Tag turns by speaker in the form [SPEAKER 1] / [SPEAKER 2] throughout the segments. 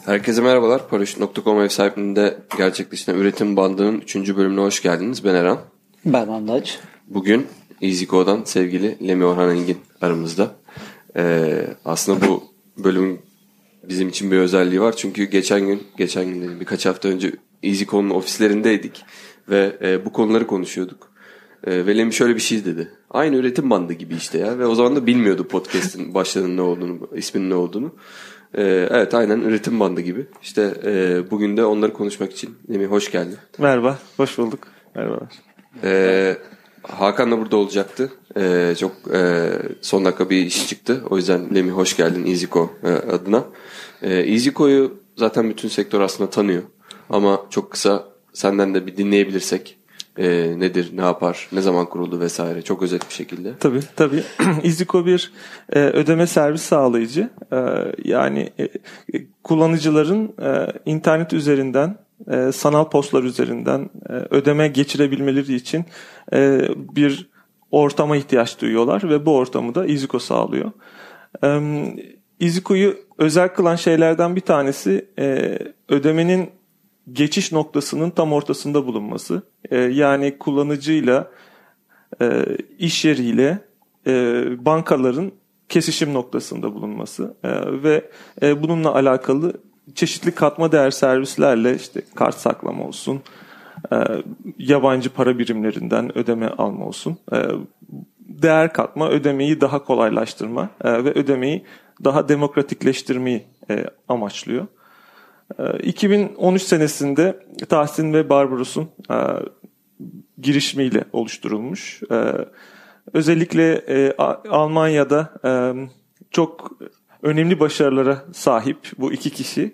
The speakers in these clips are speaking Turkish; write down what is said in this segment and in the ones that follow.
[SPEAKER 1] Herkese merhabalar. Paraşüt.com ev sahipliğinde gerçekleşen üretim bandının 3. bölümüne hoş geldiniz. Ben Eren.
[SPEAKER 2] Ben Andaç.
[SPEAKER 1] Bugün EasyCo'dan sevgili Lemi Orhan Engin aramızda. Aslında bu bölümün bizim için bir özelliği var. Çünkü geçen gün dedim, birkaç hafta önce EasyCo'nun ofislerindeydik. Ve bu konuları konuşuyorduk. Ve Lemi şöyle bir şey dedi. Aynı üretim bandı gibi işte ya. Ve o zaman da bilmiyordu podcast'in başlığının ne olduğunu, isminin ne olduğunu. Evet, aynen üretim bandı gibi. İşte bugün de onları konuşmak için Lemi hoş geldin.
[SPEAKER 3] Merhaba, hoş bulduk. Merhabalar.
[SPEAKER 1] Hakan da burada olacaktı. Çok son dakika bir iş çıktı. O yüzden Lemi hoş geldin EasyCo adına. EasyCo'yu zaten bütün sektör aslında tanıyor. Ama çok kısa senden de bir dinleyebilirsek. Nedir, ne yapar, ne zaman kuruldu vesaire, çok özet bir şekilde.
[SPEAKER 3] Tabii. EasyCo bir ödeme servis sağlayıcı. Yani kullanıcıların internet üzerinden, sanal postlar üzerinden ödeme geçirebilmeleri için bir ortama ihtiyaç duyuyorlar ve bu ortamı da EasyCo sağlıyor. EasyCo'yu özel kılan şeylerden bir tanesi ödemenin geçiş noktasının tam ortasında bulunması. Yani kullanıcıyla, iş yeriyle bankaların kesişim noktasında bulunması ve bununla alakalı çeşitli katma değer servislerle işte kart saklama olsun, yabancı para birimlerinden ödeme alma olsun, değer katma, ödemeyi daha kolaylaştırma ve ödemeyi daha demokratikleştirmeyi amaçlıyor. 2013 senesinde Tahsin ve Barbaros'un girişimiyle oluşturulmuş. Özellikle Almanya'da çok önemli başarılara sahip bu iki kişi.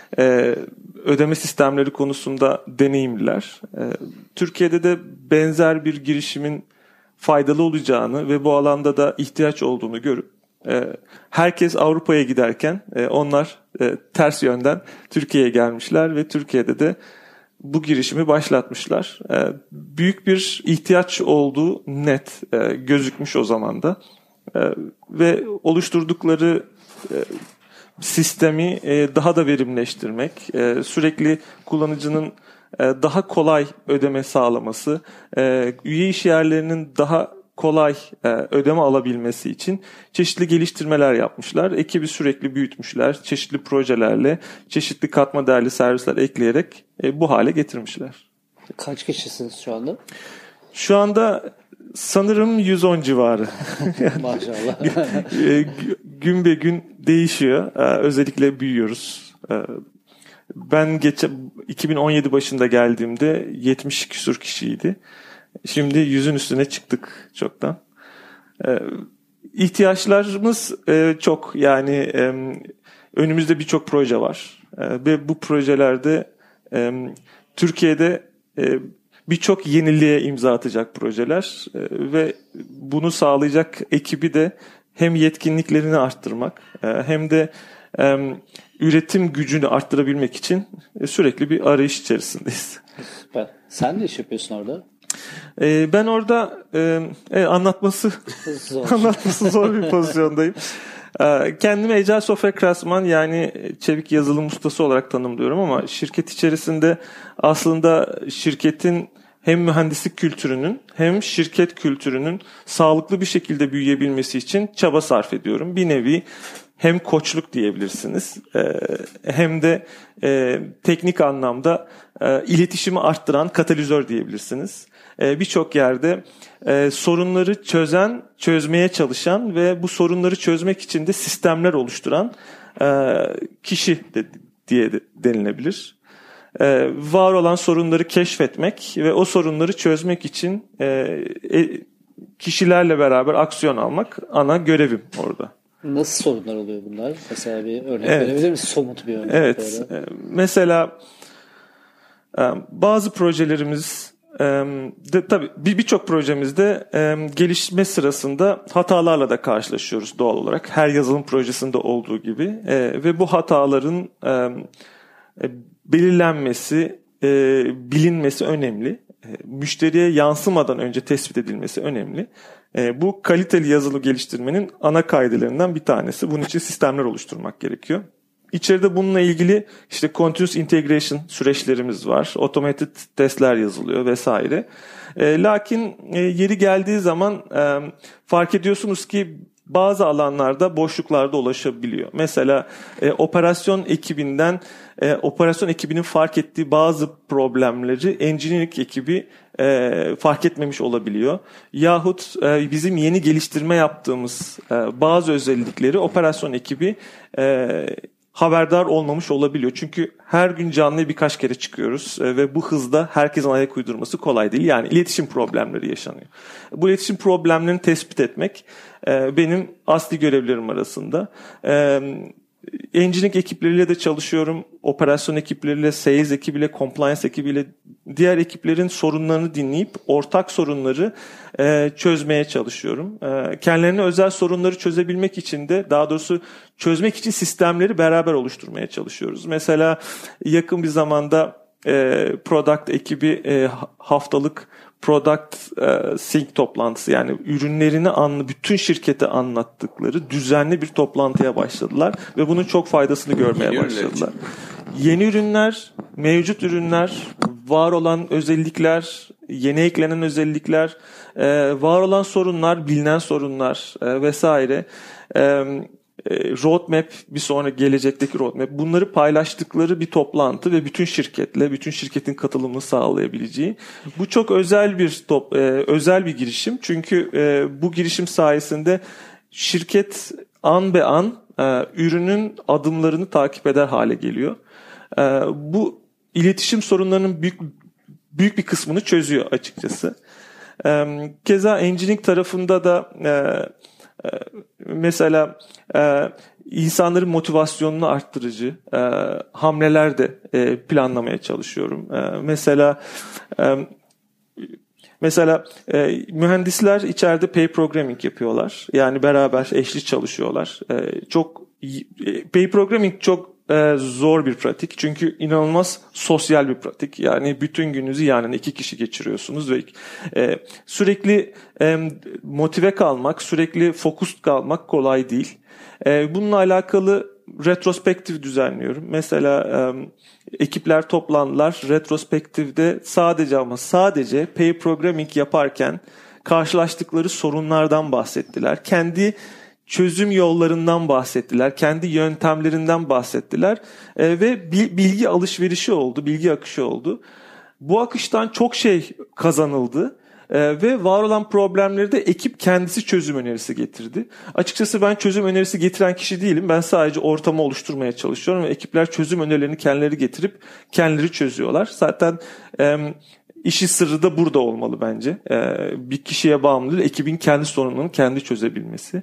[SPEAKER 3] Ödeme sistemleri konusunda deneyimliler. Türkiye'de de benzer bir girişimin faydalı olacağını ve bu alanda da ihtiyaç olduğunu görüp herkes Avrupa'ya giderken onlar ters yönden Türkiye'ye gelmişler ve Türkiye'de de bu girişimi başlatmışlar. Büyük bir ihtiyaç olduğu net gözükmüş o zaman da ve oluşturdukları sistemi daha da verimleştirmek, sürekli kullanıcının daha kolay ödeme sağlaması, üye işyerlerinin daha kolay ödeme alabilmesi için çeşitli geliştirmeler yapmışlar. Ekibi sürekli büyütmüşler. Çeşitli projelerle, çeşitli katma değerli servisler ekleyerek bu hale getirmişler.
[SPEAKER 2] Kaç kişisiniz şu anda?
[SPEAKER 3] Şu anda sanırım 110 civarı.
[SPEAKER 2] Maşallah.
[SPEAKER 3] Gün be gün değişiyor. Özellikle büyüyoruz. Ben 2017 başında geldiğimde 70 küsur kişiydi. Şimdi 100'ün üstüne çıktık çoktan. İhtiyaçlarımız çok. Yani önümüzde birçok proje var. Ve bu projelerde Türkiye'de birçok yeniliğe imza atacak projeler. Ve bunu sağlayacak ekibi de hem yetkinliklerini arttırmak hem de üretim gücünü arttırabilmek için sürekli bir arayış içerisindeyiz.
[SPEAKER 2] Süper. Sen ne iş yapıyorsun orada?
[SPEAKER 3] Ben orada anlatması zor bir pozisyondayım. Kendimi Agile Software Craftsman, yani çevik yazılım ustası olarak tanımlıyorum ama şirket içerisinde aslında şirketin hem mühendislik kültürünün hem şirket kültürünün sağlıklı bir şekilde büyüyebilmesi için çaba sarf ediyorum. Bir nevi hem koçluk diyebilirsiniz hem de teknik anlamda iletişimi arttıran katalizör diyebilirsiniz. Birçok yerde sorunları çözmeye çalışan ve bu sorunları çözmek için de sistemler oluşturan kişi diye denilebilir. Var olan sorunları keşfetmek ve o sorunları çözmek için kişilerle beraber aksiyon almak ana görevim orada.
[SPEAKER 2] Nasıl sorunlar oluyor bunlar? Mesela bir örnek verebilir misin? Somut bir örnek.
[SPEAKER 3] Evet. Mesela bazı projelerimiz tabii birçok projemizde gelişme sırasında hatalarla da karşılaşıyoruz doğal olarak. Her yazılım projesinde olduğu gibi ve bu hataların belirlenmesi, bilinmesi önemli. Müşteriye yansımadan önce tespit edilmesi önemli. Bu kaliteli yazılım geliştirmenin ana kaidelerinden bir tanesi. Bunun için sistemler oluşturmak gerekiyor. içeride bununla ilgili işte continuous integration süreçlerimiz var. Automated testler yazılıyor vesaire. Lakin yeri geldiği zaman fark ediyorsunuz ki bazı alanlarda boşluklarda ulaşabiliyor. Mesela operasyon ekibinin fark ettiği bazı problemleri engineering ekibi fark etmemiş olabiliyor. Yahut bizim yeni geliştirme yaptığımız bazı özellikleri operasyon ekibi haberdar olmamış olabiliyor. Çünkü her gün canlıya birkaç kere çıkıyoruz ve bu hızda herkesin ayak uydurması kolay değil. Yani iletişim problemleri yaşanıyor. Bu iletişim problemlerini tespit etmek benim asli görevlerim arasında. Engineering ekipleriyle de çalışıyorum. Operasyon ekipleriyle, sales ekibiyle, compliance ekibiyle, diğer ekiplerin sorunlarını dinleyip ortak sorunları çözmeye çalışıyorum. Kendilerine özel sorunları çözebilmek için de, daha doğrusu çözmek için sistemleri beraber oluşturmaya çalışıyoruz. Mesela yakın bir zamanda product ekibi haftalık product sync toplantısı, yani ürünlerini bütün şirkete anlattıkları düzenli bir toplantıya başladılar ve bunun çok faydasını görmeye başladılar. Yeni ürünler, mevcut ürünler, var olan özellikler, yeni eklenen özellikler, var olan sorunlar, bilinen sorunlar vesaire. Roadmap, bir sonraki gelecekteki roadmap, bunları paylaştıkları bir toplantı ve bütün şirketle, bütün şirketin katılımını sağlayabileceği. Bu çok özel bir girişim. Çünkü bu girişim sayesinde şirket an be an ürünün adımlarını takip eder hale geliyor. Bu iletişim sorunlarının büyük bir kısmını çözüyor açıkçası. Keza engineering tarafında da mesela insanların motivasyonunu arttırıcı hamleler de planlamaya çalışıyorum. Mesela mühendisler içeride pair programming yapıyorlar. Yani beraber eşli çalışıyorlar. Pair programming çok zor bir pratik. Çünkü inanılmaz sosyal bir pratik. Yani bütün gününüzü yani 2 kişi geçiriyorsunuz ve sürekli motive kalmak, sürekli fokus kalmak kolay değil. Bununla alakalı retrospektif düzenliyorum. Mesela ekipler toplandılar. Retrospektifde sadece pair programming yaparken karşılaştıkları sorunlardan bahsettiler. Kendi çözüm yollarından bahsettiler. Kendi yöntemlerinden bahsettiler. Ve bilgi alışverişi oldu, bilgi akışı oldu. Bu akıştan çok şey kazanıldı. Ve var olan problemleri de ekip kendisi çözüm önerisi getirdi. Açıkçası ben çözüm önerisi getiren kişi değilim. Ben sadece ortamı oluşturmaya çalışıyorum ve ekipler çözüm önerilerini kendileri getirip kendileri çözüyorlar. Zaten işin sırrı da burada olmalı bence. Bir kişiye bağımlı değil, ekibin kendi sorunlarını kendi çözebilmesi.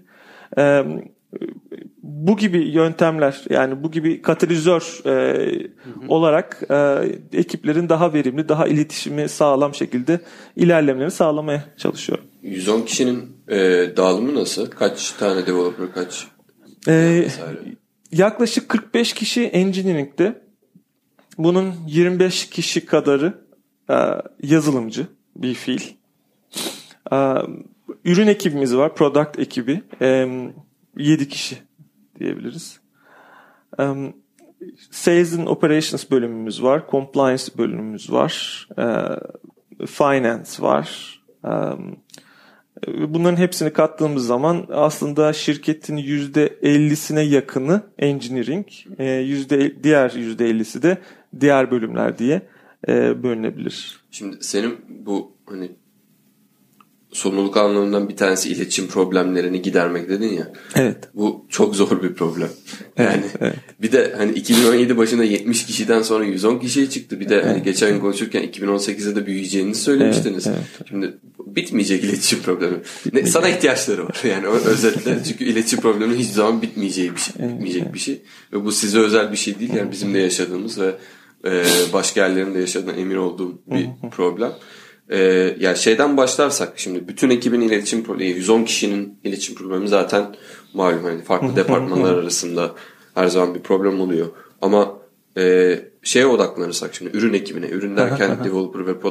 [SPEAKER 3] Bu gibi yöntemler, yani bu gibi katalizör olarak ekiplerin daha verimli, daha iletişimi sağlam şekilde ilerlemelerini sağlamaya çalışıyorum.
[SPEAKER 1] 110 kişinin dağılımı nasıl? Kaç tane developer, kaç
[SPEAKER 3] yaklaşık 45 kişi engineering'de. Bunun 25 kişi kadarı yazılımcı bir fiil. Ürün ekibimiz var, product ekibi. 7 kişi diyebiliriz. Sales and Operations bölümümüz var. Compliance bölümümüz var. Finance var. Bunların hepsini kattığımız zaman aslında şirketin %50'sine yakını engineering, diğer %50'si de diğer bölümler diye bölünebilir.
[SPEAKER 1] Şimdi senin bu hani sorumluluk alanlarından bir tanesi iletişim problemlerini gidermek dedin ya.
[SPEAKER 3] Evet.
[SPEAKER 1] Bu çok zor bir problem. Yani
[SPEAKER 3] evet.
[SPEAKER 1] Bir de hani 2017 başında 70 kişiden sonra 110 kişiye çıktı. Bir de hani geçen gün konuşurken 2018'de de büyüyeceğini söylemiştiniz. Evet. Şimdi bitmeyecek iletişim problemi. Sana ihtiyaçları var. Yani özetle. Çünkü iletişim problemi hiçbir zaman bitmeyecek bir şey. Ve bu size özel bir şey değil. Yani bizim de yaşadığımız ve başka yerlerin de yaşadığına emin olduğum bir problem. Yani şeyden başlarsak şimdi bütün ekibin iletişim problemi, 110 kişinin iletişim problemi zaten malum, hani farklı departmanlar arasında her zaman bir problem oluyor. Ama şeye odaklanırsak şimdi ürün ekibine, ürün derken developer ve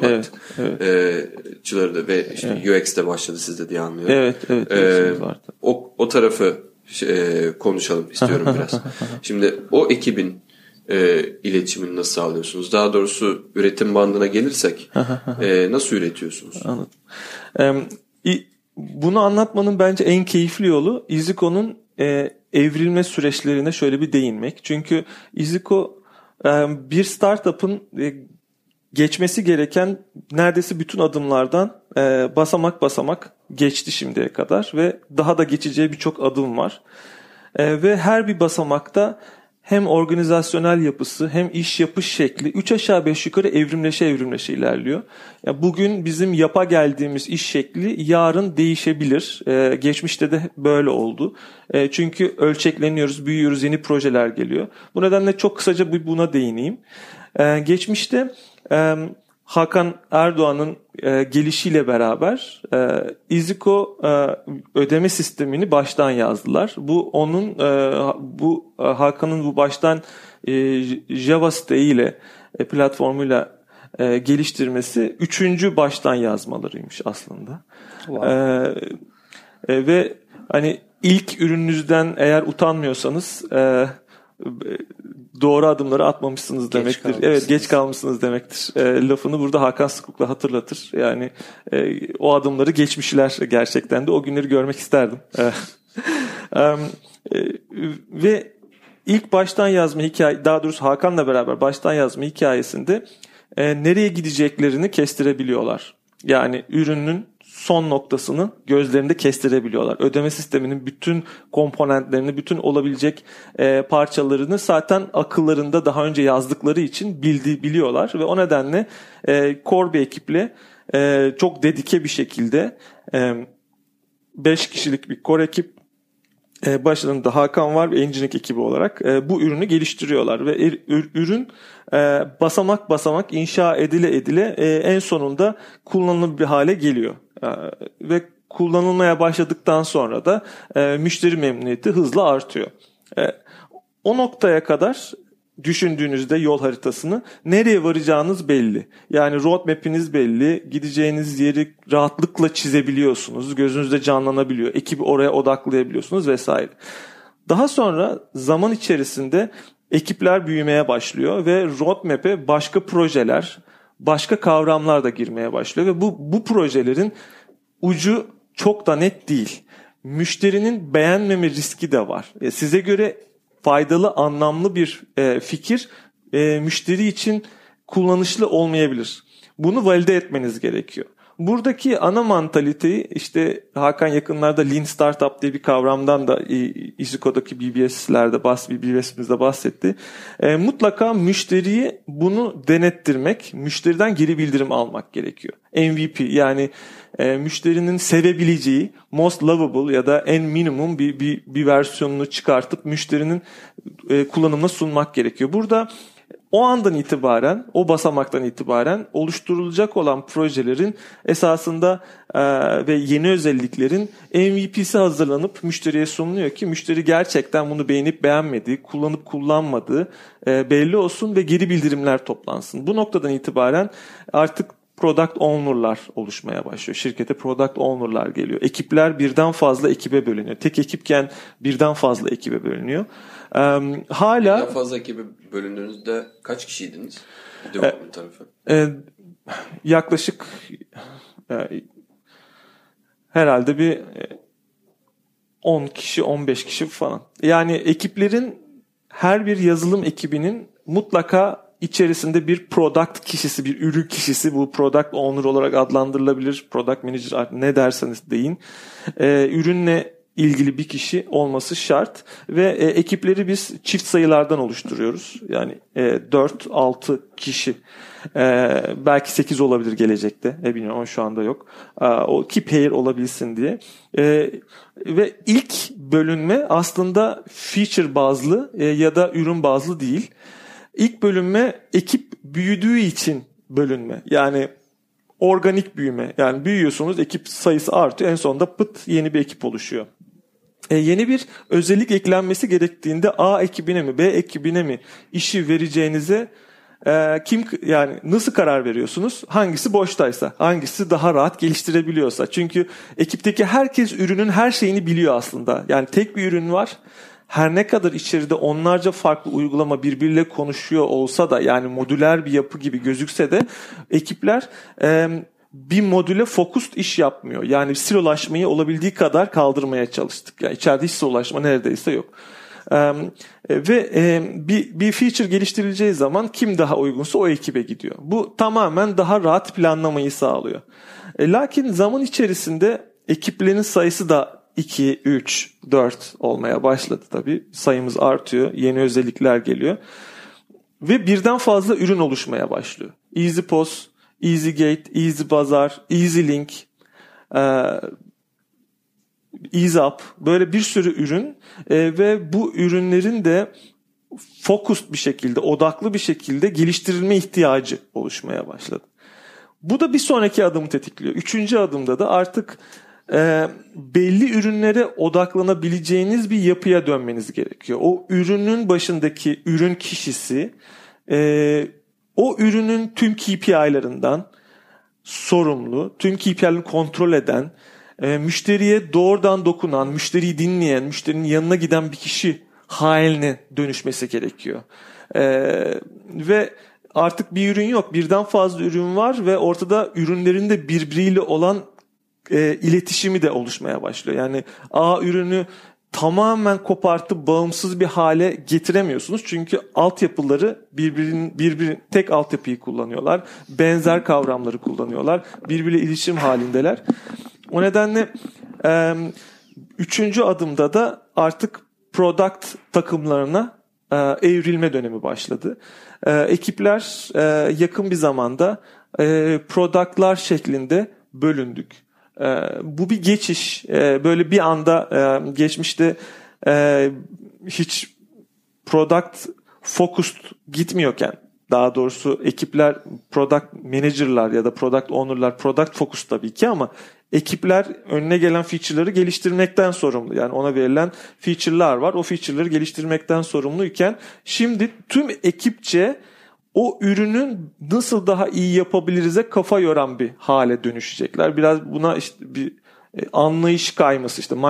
[SPEAKER 1] productçıları da ve işte UX'de başladı sizde diye anlıyorum.
[SPEAKER 3] Evet.
[SPEAKER 1] O tarafı konuşalım istiyorum biraz. Şimdi o ekibin iletişimini nasıl sağlıyorsunuz? Daha doğrusu üretim bandına gelirsek nasıl üretiyorsunuz?
[SPEAKER 3] Anladım. Bunu anlatmanın bence en keyifli yolu EasyCo'nun evrilme süreçlerine şöyle bir değinmek. Çünkü EasyCo bir startup'ın geçmesi gereken neredeyse bütün adımlardan basamak basamak geçti şimdiye kadar ve daha da geçeceği birçok adım var. Ve her bir basamakta hem organizasyonel yapısı hem iş yapış şekli 3 aşağı 5 yukarı evrimleşe ilerliyor. Yani bugün bizim yapa geldiğimiz iş şekli yarın değişebilir. Geçmişte de böyle oldu. Çünkü ölçekleniyoruz, büyüyoruz, yeni projeler geliyor. Bu nedenle çok kısaca buna değineyim. Geçmişte Hakan Erdoğan'ın gelişiyle beraber EasyCo ödeme sistemini baştan yazdılar. Bu Hakan'ın bu baştan Java siteyle platformuyla geliştirmesi 3. baştan yazmalarıymış aslında. Wow. Ve hani ilk ürününüzden eğer utanmıyorsanız doğru adımları atmamışsınız demektir. Evet, geç kalmışsınız demektir. Lafını burada Hakan sıklıkla hatırlatır. Yani o adımları geçmişler gerçekten de. O günleri görmek isterdim. Ve ilk baştan yazma hikaye, daha doğrusu Hakan'la beraber baştan yazma hikayesinde nereye gideceklerini kestirebiliyorlar. Yani ürünün son noktasını gözlerinde kestirebiliyorlar. Ödeme sisteminin bütün komponentlerini, bütün olabilecek parçalarını zaten akıllarında daha önce yazdıkları için biliyorlar ve o nedenle core bir ekiple çok dedike bir şekilde 5 kişilik bir core ekip, başlarında Hakan var ve engineering ekibi olarak bu ürünü geliştiriyorlar ve ürün basamak basamak inşa edile en sonunda kullanılır bir hale geliyor. Ve kullanılmaya başladıktan sonra da müşteri memnuniyeti hızla artıyor. O noktaya kadar düşündüğünüzde yol haritasını nereye varacağınız belli. Yani roadmap'iniz belli, gideceğiniz yeri rahatlıkla çizebiliyorsunuz, gözünüzde canlanabiliyor, ekibi oraya odaklayabiliyorsunuz vesaire. Daha sonra zaman içerisinde ekipler büyümeye başlıyor ve roadmap'e başka projeler, başka kavramlar da girmeye başlıyor ve bu projelerin ucu çok da net değil. Müşterinin beğenmeme riski de var. Size göre faydalı, anlamlı bir fikir müşteri için kullanışlı olmayabilir. Bunu valide etmeniz gerekiyor. Buradaki ana mantaliteyi işte Hakan yakınlarda Lean Startup diye bir kavramdan da EasyCo'daki BBS'imizde bahsetti. Mutlaka müşteriye bunu denettirmek, müşteriden geri bildirim almak gerekiyor. MVP yani müşterinin sevebileceği most lovable ya da en minimum bir versiyonunu çıkartıp müşterinin kullanımına sunmak gerekiyor. Burada o andan itibaren, o basamaktan itibaren oluşturulacak olan projelerin esasında ve yeni özelliklerin MVP'si hazırlanıp müşteriye sunuluyor ki müşteri gerçekten bunu beğenip beğenmediği, kullanıp kullanmadığı belli olsun ve geri bildirimler toplansın. Bu noktadan itibaren artık product owner'lar oluşmaya başlıyor. Şirkete product owner'lar geliyor. Ekipler birden fazla ekibe bölünüyor. Tek ekipken birden fazla ekibe bölünüyor. Hala
[SPEAKER 1] birden fazla ekibe bölündüğünüzde kaç kişiydiniz? Development tarafı.
[SPEAKER 3] Yaklaşık herhalde bir 10 kişi, 15 kişi falan. Yani ekiplerin her bir yazılım ekibinin mutlaka içerisinde bir product kişisi, bir ürün kişisi, bu product owner olarak adlandırılabilir, product manager ne derseniz deyin, ürünle ilgili bir kişi olması şart ve ekipleri biz çift sayılardan oluşturuyoruz. Yani 4-6 kişi, belki 8 olabilir gelecekte, bilmiyorum ama şu anda yok. O ki pair olabilsin diye. Ve ilk bölünme aslında feature bazlı ya da ürün bazlı değil. İlk bölünme ekip büyüdüğü için bölünme. Yani organik büyüme. Yani büyüyorsunuz, ekip sayısı artıyor. En sonunda yeni bir ekip oluşuyor. Yeni bir özellik eklenmesi gerektiğinde A ekibine mi B ekibine mi işi vereceğinize Kim yani nasıl karar veriyorsunuz? Hangisi boştaysa, hangisi daha rahat geliştirebiliyorsa. Çünkü ekipteki herkes ürünün her şeyini biliyor aslında. Yani tek bir ürün var. Her ne kadar içeride onlarca farklı uygulama birbiriyle konuşuyor olsa da, yani modüler bir yapı gibi gözükse de ekipler bir modüle fokus iş yapmıyor. Yani silolaşmayı olabildiği kadar kaldırmaya çalıştık. Yani içeride hiç silolaşma neredeyse yok. Ve bir feature geliştirileceği zaman kim daha uygunsa o ekibe gidiyor. Bu tamamen daha rahat planlamayı sağlıyor. Lakin zaman içerisinde ekiplerin sayısı da 2, 3, 4 olmaya başladı tabii. Sayımız artıyor, yeni özellikler geliyor. Ve birden fazla ürün oluşmaya başlıyor. EasyPOS, EasyGate, EasyBazaar, EasyLink, EasyUp, böyle bir sürü ürün ve bu ürünlerin de focused bir şekilde, odaklı bir şekilde geliştirilme ihtiyacı oluşmaya başladı. Bu da bir sonraki adımı tetikliyor. Üçüncü adımda da artık belli ürünlere odaklanabileceğiniz bir yapıya dönmeniz gerekiyor. O ürünün başındaki ürün kişisi o ürünün tüm KPI'larından sorumlu, tüm KPI'lerini kontrol eden, müşteriye doğrudan dokunan, müşteriyi dinleyen, müşterinin yanına giden bir kişi haline dönüşmesi gerekiyor. Ve artık bir ürün yok, birden fazla ürün var ve ortada ürünlerin de birbiriyle olan iletişimi de oluşmaya başlıyor. Yani A ürünü tamamen kopartıp bağımsız bir hale getiremiyorsunuz. Çünkü altyapıları birbirinin tek altyapıyı kullanıyorlar. Benzer kavramları kullanıyorlar. Birbiriyle iletişim halindeler. O nedenle üçüncü adımda da artık product takımlarına evrilme dönemi başladı. Ekipler yakın bir zamanda productlar şeklinde bölündük. Bu bir geçiş. Böyle bir anda geçmişte hiç product focused gitmiyorken, daha doğrusu ekipler product manager'lar ya da product owner'lar product focused tabii ki, ama ekipler önüne gelen feature'ları geliştirmekten sorumlu. Yani ona verilen feature'lar var. O feature'ları geliştirmekten sorumluyken şimdi tüm ekipçe o ürünün nasıl daha iyi yapabiliriz'e kafa yoran bir hale dönüşecekler. Biraz buna işte bir anlayış kayması, işte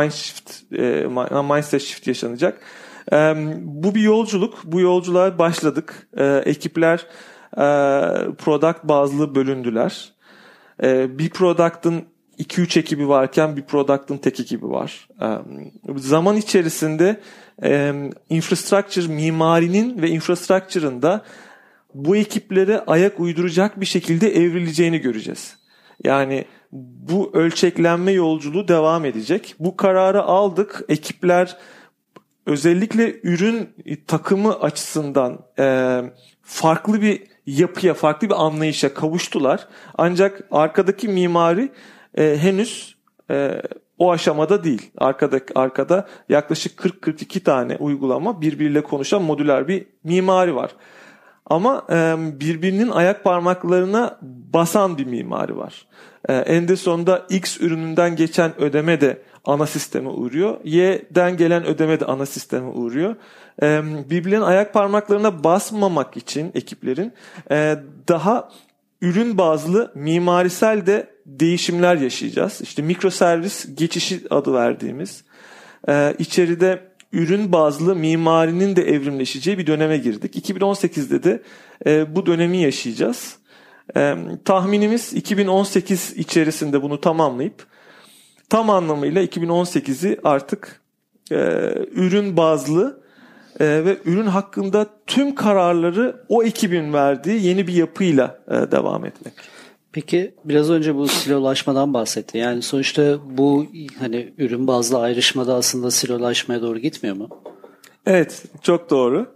[SPEAKER 3] mindset shift yaşanacak. Bu bir yolculuk. Bu yolculuğa başladık. Ekipler product bazlı bölündüler. Bir product'ın 2-3 ekibi varken bir product'ın tek ekibi var. Zaman içerisinde infrastructure mimarinin ve infrastructure'ın da bu ekiplere ayak uyduracak bir şekilde evrileceğini göreceğiz. Yani bu ölçeklenme yolculuğu devam edecek. Bu kararı aldık. Ekipler özellikle ürün takımı açısından farklı bir yapıya, farklı bir anlayışa kavuştular. Ancak arkadaki mimari henüz o aşamada değil. Arkada yaklaşık 40-42 tane uygulama birbiriyle konuşan modüler bir mimari var. Ama birbirinin ayak parmaklarına basan bir mimari var. En sonunda X ürününden geçen ödeme de ana sisteme uğruyor. Y'den gelen ödeme de ana sisteme uğruyor. Birbirlerinin ayak parmaklarına basmamak için ekiplerin daha ürün bazlı mimarisel de değişimler yaşayacağız. İşte mikroservis geçişi adı verdiğimiz içeride ürün bazlı mimarinin de evrimleşeceği bir döneme girdik. 2018'de de bu dönemi yaşayacağız. Tahminimiz 2018 içerisinde bunu tamamlayıp tam anlamıyla 2018'i artık ürün bazlı ve ürün hakkında tüm kararları o ekibin verdiği yeni bir yapıyla devam etmek.
[SPEAKER 2] Peki biraz önce bu silolaşmadan bahsetti. Yani sonuçta bu hani ürün bazlı ayrışmada aslında silolaşmaya doğru gitmiyor mu?
[SPEAKER 3] Evet, çok doğru.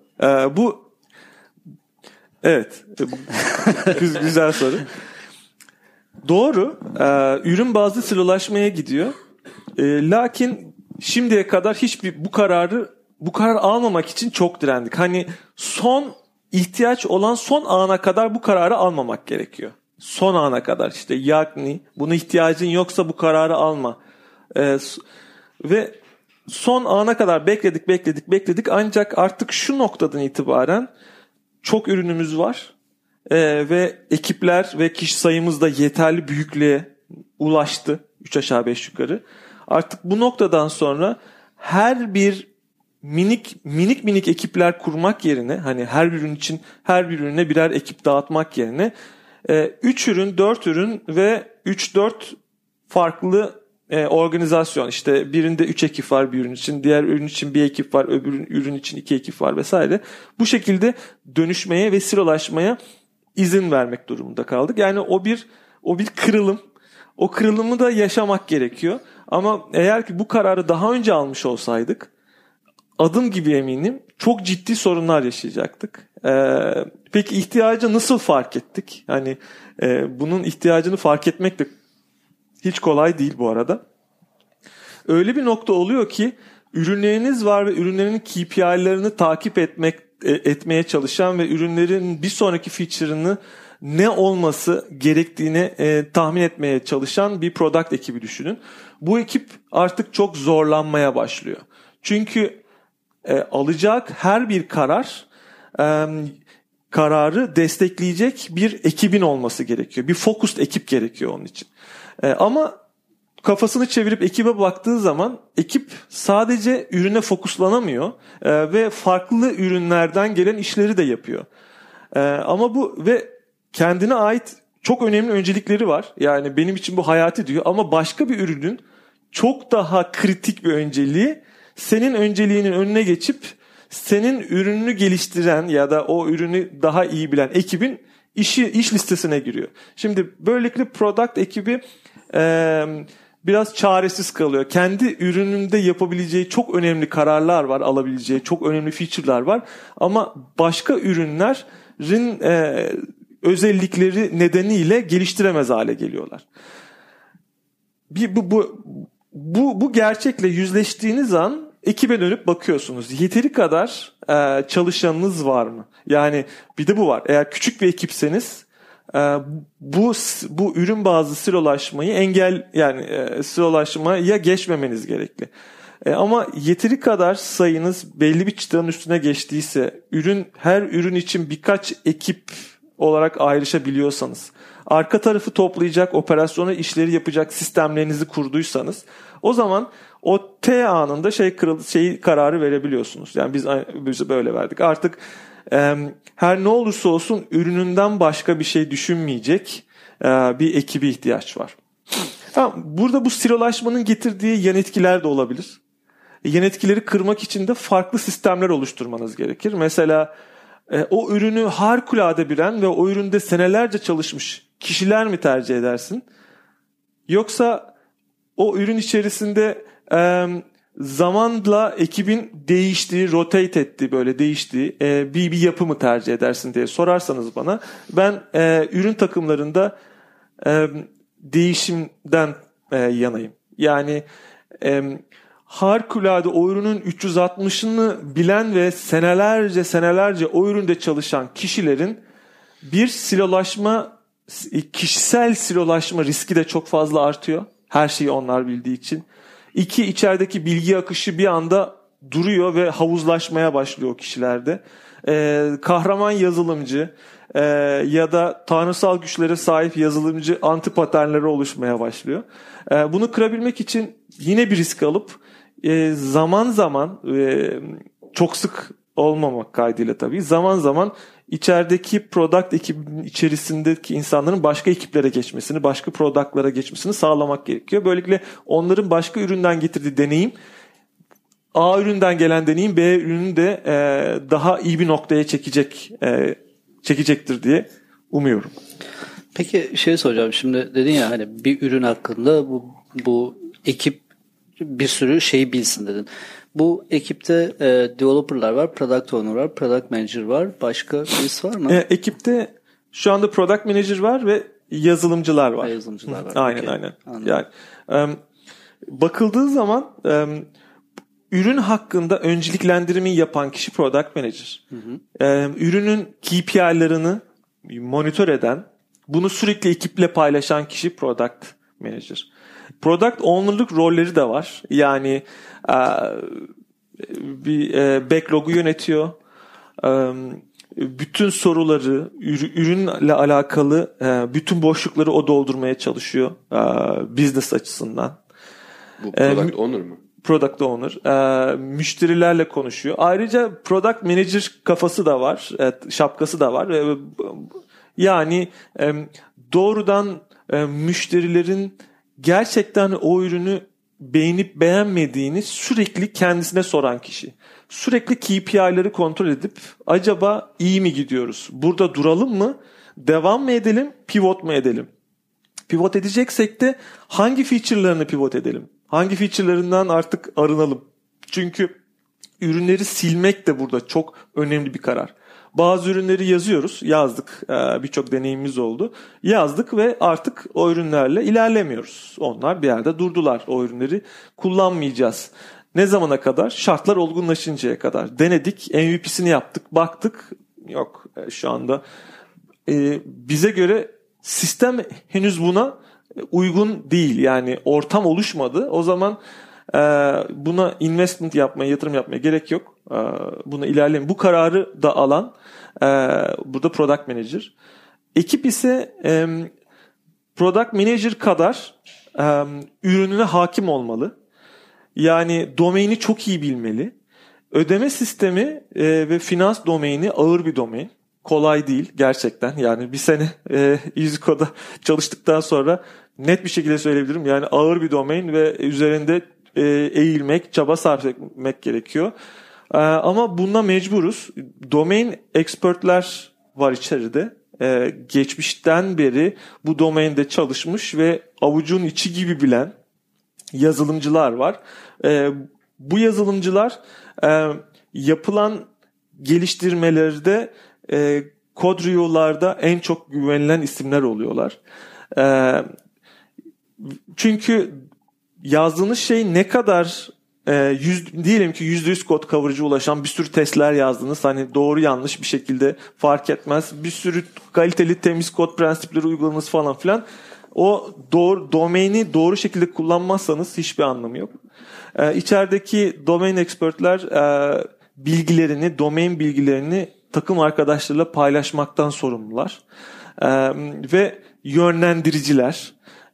[SPEAKER 3] Evet, güzel soru. Doğru, ürün bazlı silolaşmaya gidiyor. Lakin şimdiye kadar bu karar almamak için çok direndik. Hani ihtiyaç olan son ana kadar bu kararı almamak gerekiyor. Son ana kadar işte yani buna ihtiyacın yoksa bu kararı alma. Ve son ana kadar bekledik ancak artık şu noktadan itibaren çok ürünümüz var. ve ekipler ve kişi sayımız da yeterli büyüklüğe ulaştı. 3 aşağı 5 yukarı. Artık bu noktadan sonra her bir minik ekipler kurmak yerine, hani her bir ürün için her bir ürüne birer ekip dağıtmak yerine 3 ürün, 4 ürün ve 3-4 farklı organizasyon, işte birinde 3 ekip var bir ürün için, diğer ürün için bir ekip var, öbür ürün için 2 ekip var vesaire. Bu şekilde dönüşmeye ve silolaşmaya izin vermek durumunda kaldık. Yani o bir kırılım. O kırılımı da yaşamak gerekiyor. Ama eğer ki bu kararı daha önce almış olsaydık, adım gibi eminim çok ciddi sorunlar yaşayacaktık. Peki ihtiyacı nasıl fark ettik? Hani bunun ihtiyacını fark etmek de hiç kolay değil bu arada. Öyle bir nokta oluyor ki ürünleriniz var ve ürünlerin KPI'lerini takip etmeye çalışan ve ürünlerin bir sonraki feature'ını ne olması gerektiğini tahmin etmeye çalışan bir product ekibi düşünün. Bu ekip artık çok zorlanmaya başlıyor. Çünkü alacak her bir kararı destekleyecek bir ekibin olması gerekiyor. Bir focused ekip gerekiyor onun için. Ama kafasını çevirip ekibe baktığı zaman ekip sadece ürüne fokuslanamıyor ve farklı ürünlerden gelen işleri de yapıyor. Ama bu ve kendine ait çok önemli öncelikleri var. Yani benim için bu hayati diyor ama başka bir ürünün çok daha kritik bir önceliği senin önceliğinin önüne geçip senin ürününü geliştiren ya da o ürünü daha iyi bilen ekibin iş listesine giriyor. Şimdi böylelikle product ekibi biraz çaresiz kalıyor. Kendi ürününde yapabileceği çok önemli kararlar var, alabileceği çok önemli feature'lar var. Ama başka ürünlerin özellikleri nedeniyle geliştiremez hale geliyorlar. Bu gerçekle yüzleştiğiniz an ekibe dönüp bakıyorsunuz. Yeteri kadar çalışanınız var mı? Yani bir de bu var. Eğer küçük bir ekipseniz bu ürün bazlı silolaşmayı silolaşmaya geçmemeniz gerekli. Ama yeteri kadar sayınız belli bir çıtanın üstüne geçtiyse, her ürün için birkaç ekip olarak ayrışabiliyorsanız, arka tarafı toplayacak, operasyona işleri yapacak sistemlerinizi kurduysanız, o zaman o T anında kararı verebiliyorsunuz. Yani biz böyle verdik. Artık her ne olursa olsun ürününden başka bir şey düşünmeyecek bir ekibe ihtiyaç var. Burada bu silolaşmanın getirdiği yan etkiler de olabilir. Yan etkileri kırmak için de farklı sistemler oluşturmanız gerekir. Mesela o ürünü harikulade bilen ve o üründe senelerce çalışmış kişiler mi tercih edersin? Yoksa o ürün içerisinde zamanla ekibin değiştiği, rotate ettiği, böyle değiştiği bir yapı mı tercih edersin diye sorarsanız bana, ben ürün takımlarında değişimden yanayım. Yani harikulade o ürünün 360'ını bilen ve senelerce o üründe çalışan kişilerin bir kişisel silolaşma riski de çok fazla artıyor. Her şeyi onlar bildiği için. 2, içerideki bilgi akışı bir anda duruyor ve havuzlaşmaya başlıyor o kişilerde. Kahraman yazılımcı ya da tanrısal güçlere sahip yazılımcı antipaternleri oluşmaya başlıyor. Bunu kırabilmek için yine bir risk alıp zaman zaman çok sık olmamak kaydıyla tabii zaman zaman içerideki product ekibinin içerisindeki insanların başka ekiplere geçmesini, başka product'lara geçmesini sağlamak gerekiyor. Böylelikle onların başka üründen getirdiği deneyim, A üründen gelen deneyim B ürünü de daha iyi bir noktaya çekecektir diye umuyorum.
[SPEAKER 2] Peki soracağım. Şimdi dedin ya hani bir ürün hakkında bu ekip bir sürü şey bilsin dedin. Bu ekipte developerlar var, product owner var, product manager var. Başka birisi var mı?
[SPEAKER 3] Ekipte şu anda product manager var ve yazılımcılar var.
[SPEAKER 2] Yazılımcılar var.
[SPEAKER 3] Aynen. Anladım. Yani bakıldığı zaman ürün hakkında önceliklendirimi yapan kişi product manager. Ürünün KPI'larını monitör eden, bunu sürekli ekiple paylaşan kişi product manager. Product owner'lık rolleri de var. Yani bir backlog'u yönetiyor. bütün soruları, ürünle alakalı bütün boşlukları o doldurmaya çalışıyor business açısından.
[SPEAKER 1] Bu product owner mu?
[SPEAKER 3] Product owner. Müşterilerle konuşuyor. Ayrıca product manager kafası da var. Şapkası da var. Yani doğrudan müşterilerin gerçekten o ürünü beğenip beğenmediğini sürekli kendisine soran kişi. Sürekli KPI'leri kontrol edip acaba iyi mi gidiyoruz? Burada duralım mı? Devam mı edelim? Pivot mu edelim? Pivot edeceksek de hangi feature'larını pivot edelim? Hangi feature'larından artık arınalım? Çünkü ürünleri silmek de burada çok önemli bir karar. Bazı ürünleri yazdık. Birçok deneyimimiz oldu. Yazdık ve artık o ürünlerle ilerlemiyoruz. Onlar bir yerde durdular. O ürünleri kullanmayacağız. Ne zamana kadar? Şartlar olgunlaşıncaya kadar. Denedik, MVP'sini yaptık, baktık. Yok şu anda bize göre sistem henüz buna uygun değil. Yani ortam oluşmadı. O zaman buna investment yapmaya, yatırım yapmaya gerek yok. Buna ilerleyin. Bu kararı da alan burada product manager. Ekip ise product manager kadar ürününe hakim olmalı. Yani domaini çok iyi bilmeli. Ödeme sistemi ve finans domaini ağır bir domain. Kolay değil gerçekten. Yani bir sene EasyCode'da çalıştıktan sonra net bir şekilde söyleyebilirim. Yani ağır bir domain ve üzerinde eğilmek, çaba sarf etmek gerekiyor. Ama buna mecburuz. Domain expertler var içeride. Geçmişten beri bu domainde çalışmış ve avucun içi gibi bilen yazılımcılar var. Bu yazılımcılar yapılan geliştirmelerde kod review'larda en çok güvenilen isimler oluyorlar. Çünkü yazdığınız şey ne kadar diyelim ki %100 kod coverage'a ulaşan bir sürü testler yazdınız. Hani doğru yanlış bir şekilde fark etmez. Bir sürü kaliteli temiz kod prensipleri uyguladınız falan filan. O domaini doğru şekilde kullanmazsanız hiçbir anlamı yok. İçerideki domain expertler domain bilgilerini takım arkadaşlarıyla paylaşmaktan sorumlular. Ve yönlendiriciler.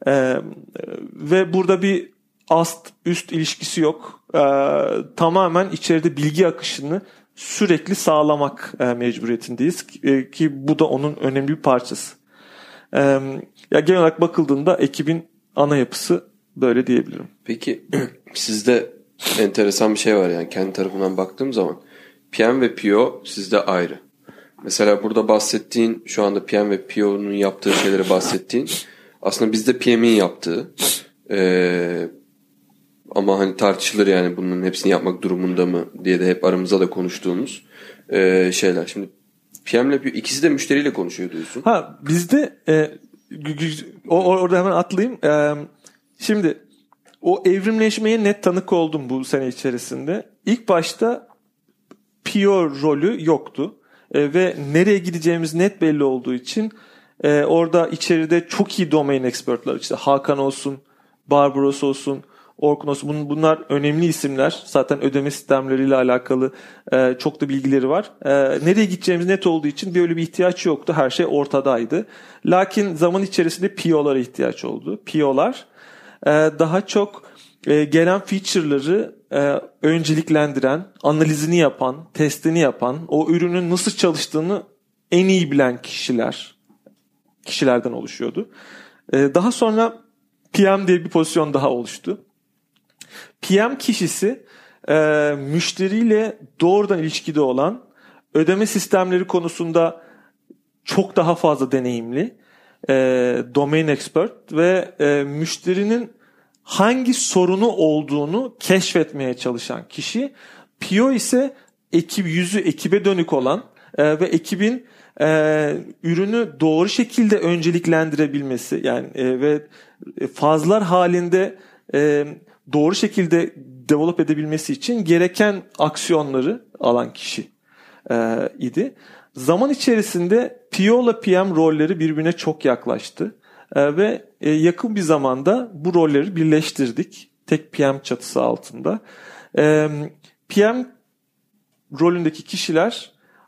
[SPEAKER 3] Ve burada bir ast-üst ilişkisi yok. Tamamen içeride bilgi akışını sürekli sağlamak mecburiyetindeyiz. Ki bu da onun önemli bir parçası. Ya genel olarak bakıldığında ekibin ana yapısı böyle diyebilirim.
[SPEAKER 1] Peki sizde enteresan bir şey var yani kendi tarafından baktığım zaman PM ve PO sizde ayrı. Mesela burada bahsettiğin şu anda PM ve PO'nun yaptığı şeyleri bahsettiğin aslında bizde PM'in yaptığı ama hani tartışılır yani bunun hepsini yapmak durumunda mı diye de hep aramızda da konuştuğumuz şeyler. Şimdi PM'le ikisi de müşteriyle konuşuyor diyorsun.
[SPEAKER 3] Bizde orada hemen atlayayım. Şimdi o evrimleşmeye net tanık oldum bu sene içerisinde. İlk başta PO rolü yoktu. Ve nereye gideceğimiz net belli olduğu için orada içeride çok iyi domain expertler, işte Hakan olsun, Barbaros olsun, Orkun olsun, bunlar önemli isimler. Zaten ödeme sistemleriyle alakalı çok da bilgileri var. Nereye gideceğimiz net olduğu için böyle bir ihtiyaç yoktu. Her şey ortadaydı. Lakin zaman içerisinde PO'lara ihtiyaç oldu. PO'lar daha çok gelen feature'ları önceliklendiren, analizini yapan, testini yapan, o ürünün nasıl çalıştığını en iyi bilen kişilerden oluşuyordu. Daha sonra PM diye bir pozisyon daha oluştu. PM kişisi müşteriyle doğrudan ilişkide olan, ödeme sistemleri konusunda çok daha fazla deneyimli, domain expert ve müşterinin hangi sorunu olduğunu keşfetmeye çalışan kişi. PO ise yüzü ekibe dönük olan ve ekibin ürünü doğru şekilde önceliklendirebilmesi yani ve fazlar halinde doğru şekilde develop edebilmesi için gereken aksiyonları alan kişi idi. Zaman içerisinde PO ile PM rolleri birbirine çok yaklaştı. Ve yakın bir zamanda bu rolleri birleştirdik. Tek PM çatısı altında. PM rolündeki kişiler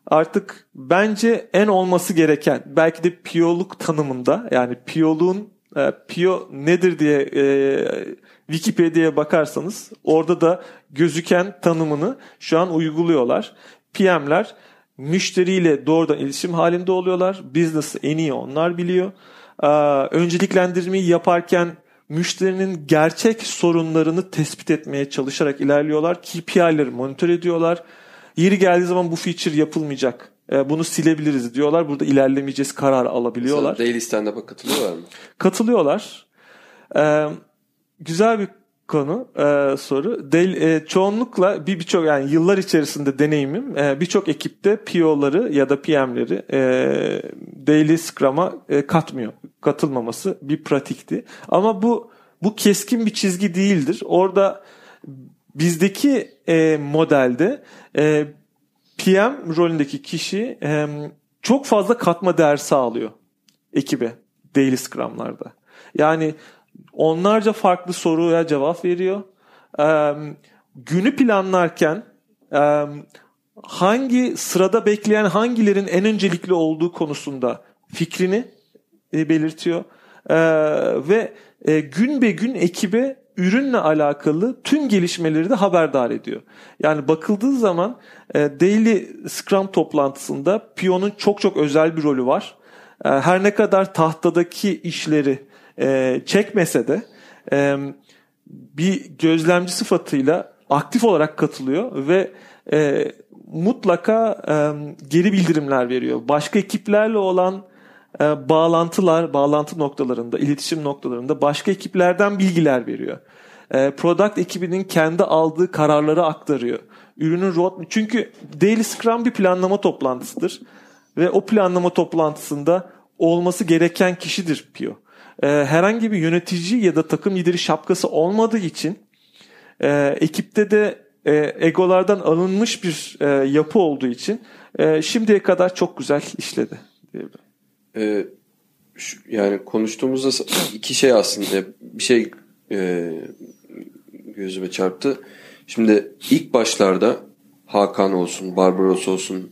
[SPEAKER 3] artık bence en olması gereken, belki de PO'luk tanımında, yani PO'luğun PO nedir diye Wikipedia'ya bakarsanız orada da gözüken tanımını şu an uyguluyorlar. PM'ler müşteriyle doğrudan iletişim halinde oluyorlar. Business'ı en iyi onlar biliyor. Önceliklendirmeyi yaparken müşterinin gerçek sorunlarını tespit etmeye çalışarak ilerliyorlar. KPI'leri monitör ediyorlar. Yeri geldiği zaman bu feature yapılmayacak, bunu silebiliriz diyorlar. Burada ilerlemeyeceğiz karar alabiliyorlar.
[SPEAKER 1] Mesela Daily Stand-up'a katılıyorlar mı?
[SPEAKER 3] Katılıyorlar. Güzel bir konu, soru. Çoğunlukla birçok, yani yıllar içerisinde deneyimim, birçok ekipte PO'ları ya da PM'leri Daily Scrum'a katılmaması bir pratikti. Ama bu keskin bir çizgi değildir. Orada bizdeki modelde PM rolündeki kişi çok fazla katma değer sağlıyor ekibe Daily Scrum'larda. Yani onlarca farklı soruya cevap veriyor. Günü planlarken hangi sırada bekleyen hangilerin en öncelikli olduğu konusunda fikrini belirtiyor. Ve gün be gün ekibe ürünle alakalı tüm gelişmeleri de haberdar ediyor. Yani bakıldığı zaman Daily Scrum toplantısında PO'nun çok özel bir rolü var. Her ne kadar tahtadaki işleri çekmese de bir gözlemci sıfatıyla aktif olarak katılıyor ve mutlaka geri bildirimler veriyor. Başka ekiplerle olan bağlantı noktalarında, iletişim noktalarında başka ekiplerden bilgiler veriyor. Product ekibinin kendi aldığı kararları aktarıyor. Ürünün roadmap, çünkü Daily Scrum bir planlama toplantısıdır ve o planlama toplantısında olması gereken kişidir PO. Herhangi bir yönetici ya da takım lideri şapkası olmadığı için ekipte de egolardan alınmış bir yapı olduğu için şimdiye kadar çok güzel işledi diyebilirim.
[SPEAKER 1] Yani konuştuğumuzda iki şey aslında, bir şey gözüme çarptı. Şimdi ilk başlarda Hakan olsun, Barbaros olsun,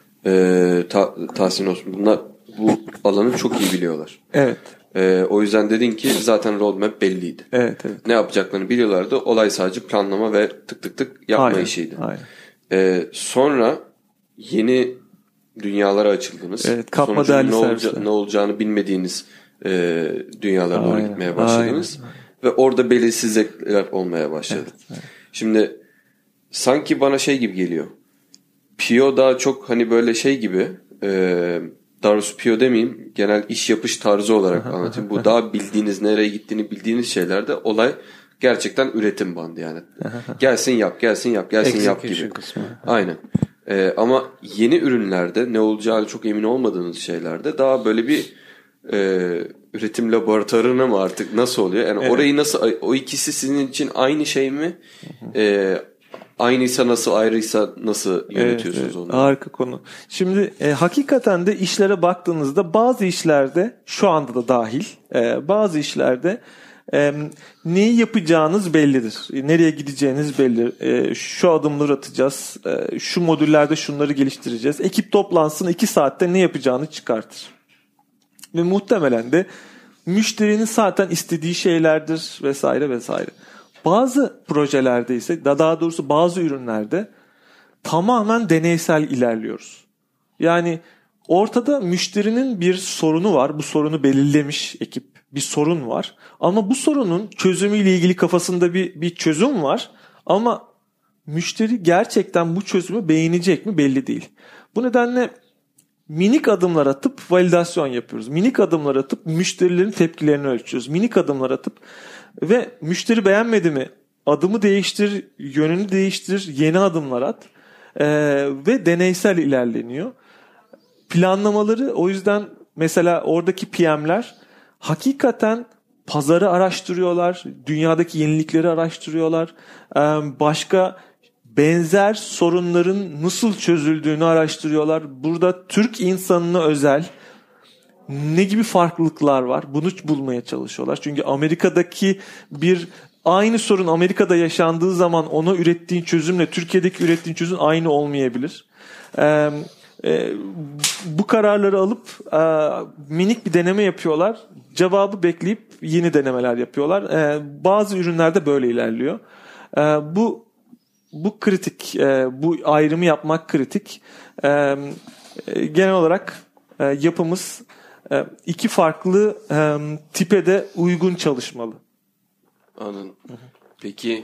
[SPEAKER 1] Tahsin olsun, bunlar bu alanı çok iyi biliyorlar.
[SPEAKER 3] Evet.
[SPEAKER 1] O yüzden dedin ki zaten roadmap belliydi.
[SPEAKER 3] Evet.
[SPEAKER 1] Ne yapacaklarını biliyorlardı. Olay sadece planlama ve tık yapma işiydi.
[SPEAKER 3] Aynen.
[SPEAKER 1] Sonra yeni dünyalara açıldınız.
[SPEAKER 3] Evet, kapma değerli
[SPEAKER 1] ne olacağını bilmediğiniz dünyalara doğru gitmeye başladınız. Aynen. Ve orada belirsizlikler olmaya başladı. Evet. Şimdi sanki bana şey gibi geliyor. PO daha çok hani böyle şey gibi, daha doğrusu PO demeyeyim, genel iş yapış tarzı olarak anlatayım. Bu daha bildiğiniz, nereye gittiğini bildiğiniz şeylerde olay gerçekten üretim bandı yani. gelsin yap gibi.
[SPEAKER 2] Kısmı.
[SPEAKER 1] Aynen. Ama yeni ürünlerde, ne olacağını çok emin olmadığınız şeylerde daha böyle bir üretim laboratuvarına mı artık, nasıl oluyor? Yani orayı nasıl, o ikisi sizin için aynı şey mi? Aynıysa nasıl, ayrıysa nasıl yönetiyorsunuz onu?
[SPEAKER 3] Harika konu. Şimdi hakikaten de işlere baktığınızda bazı işlerde, şu anda da dahil, bazı işlerde neyi yapacağınız bellidir. Nereye gideceğiniz belli. Şu adımları atacağız. Şu modüllerde şunları geliştireceğiz. Ekip toplansın, 2 saatte ne yapacağını çıkartır. Ve muhtemelen de müşterinin zaten istediği şeylerdir vesaire. Bazı projelerde ise, daha doğrusu bazı ürünlerde tamamen deneysel ilerliyoruz. Yani ortada müşterinin bir sorunu var. Bu sorunu belirlemiş ekip. Bir sorun var. Ama bu sorunun çözümüyle ilgili kafasında bir çözüm var. Ama müşteri gerçekten bu çözümü beğenecek mi belli değil. Bu nedenle minik adımlar atıp validasyon yapıyoruz. Minik adımlar atıp müşterilerin tepkilerini ölçüyoruz. Minik adımlar atıp ve müşteri beğenmedi mi adımı değiştir, yönünü değiştir, yeni adımlar at ve deneysel ilerleniyor. Planlamaları, o yüzden mesela oradaki PM'ler hakikaten pazarı araştırıyorlar, dünyadaki yenilikleri araştırıyorlar, başka benzer sorunların nasıl çözüldüğünü araştırıyorlar. Burada Türk insanına özel ne gibi farklılıklar var, bunu bulmaya çalışıyorlar. Çünkü Amerika'daki aynı sorun Amerika'da yaşandığı zaman ona ürettiğin çözümle Türkiye'deki ürettiğin çözüm aynı olmayabilir. bu kararları alıp minik bir deneme yapıyorlar. Cevabı bekleyip yeni denemeler yapıyorlar. Bazı ürünlerde böyle ilerliyor. Bu kritik. Bu ayrımı yapmak kritik. Genel olarak yapımız iki farklı tipe de uygun çalışmalı.
[SPEAKER 1] Anladım. Peki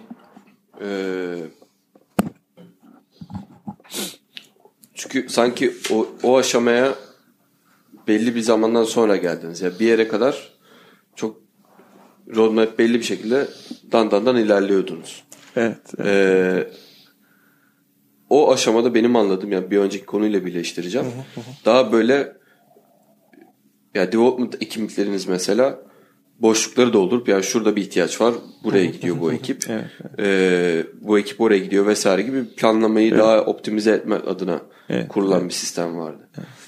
[SPEAKER 1] çünkü sanki o aşamaya belli bir zamandan sonra geldiniz. Yani bir yere kadar çok roadmap belli bir şekilde dan ilerliyordunuz.
[SPEAKER 3] Evet.
[SPEAKER 1] O aşamada benim anladığım, yani bir önceki konuyla birleştireceğim. Daha böyle ya development ekipleriniz mesela boşlukları doldurup yani şurada bir ihtiyaç var, buraya gidiyor bu ekip. Bu ekip oraya gidiyor vesaire gibi planlamayı daha optimize etmek adına kurulan bir sistem vardı.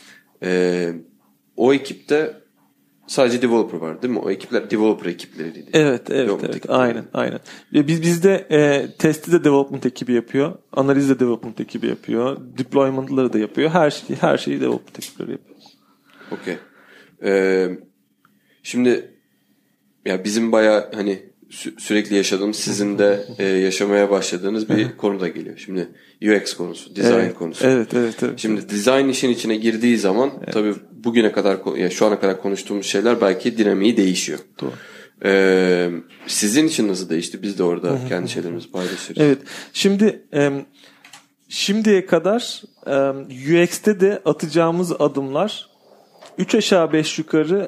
[SPEAKER 1] O ekipte sadece developer var değil mi? O ekipler developer ekipleriydi.
[SPEAKER 3] Evet. Aynen. Bizde testi de development ekibi yapıyor. Analiz de development ekibi yapıyor. Deployment'ları da yapıyor. Her şeyi development ekipleri yapıyor.
[SPEAKER 1] Okey. Şimdi ya bizim bayağı hani sürekli yaşadığımız, sizin de yaşamaya başladığınız bir konu da geliyor. Şimdi UX konusu, design konusu.
[SPEAKER 3] Evet.
[SPEAKER 1] Şimdi design işin içine girdiği zaman tabii bugüne kadar, ya şu ana kadar konuştuğumuz şeyler belki dinamiği değişiyor.
[SPEAKER 3] Doğru.
[SPEAKER 1] Sizin için nasıl değişti? Biz de orada kendi şeylerimizi paylaşırız.
[SPEAKER 3] Evet. Şimdi şimdiye kadar UX'te de atacağımız adımlar 3 aşağı 5 yukarı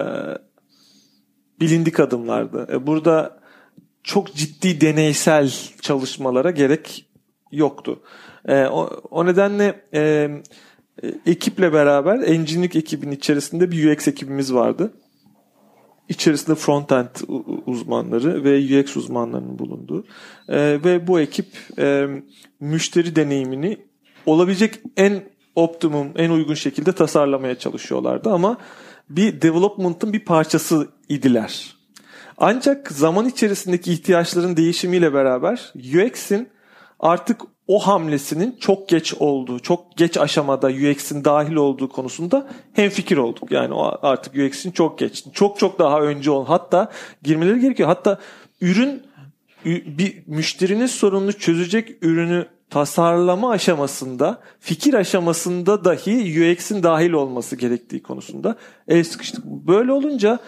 [SPEAKER 3] bilindik adımlardı. Burada çok ciddi deneysel çalışmalara gerek yoktu. O nedenle ekiple beraber engineering ekibinin içerisinde bir UX ekibimiz vardı. İçerisinde front-end uzmanları ve UX uzmanlarının bulunduğu. Ve bu ekip müşteri deneyimini olabilecek en optimum, en uygun şekilde tasarlamaya çalışıyorlardı ama bir development'ın bir parçası idiler. Ancak zaman içerisindeki ihtiyaçların değişimiyle beraber UX'in artık o hamlesinin çok geç olduğu, çok geç aşamada UX'in dahil olduğu konusunda hemfikir olduk. Yani o artık UX'in çok geç, çok daha önce hatta girmeleri gerekiyor. Hatta bir müşterinin sorununu çözecek ürünü tasarlama aşamasında, fikir aşamasında dahi UX'in dahil olması gerektiği konusunda el sıkıştık. Böyle olunca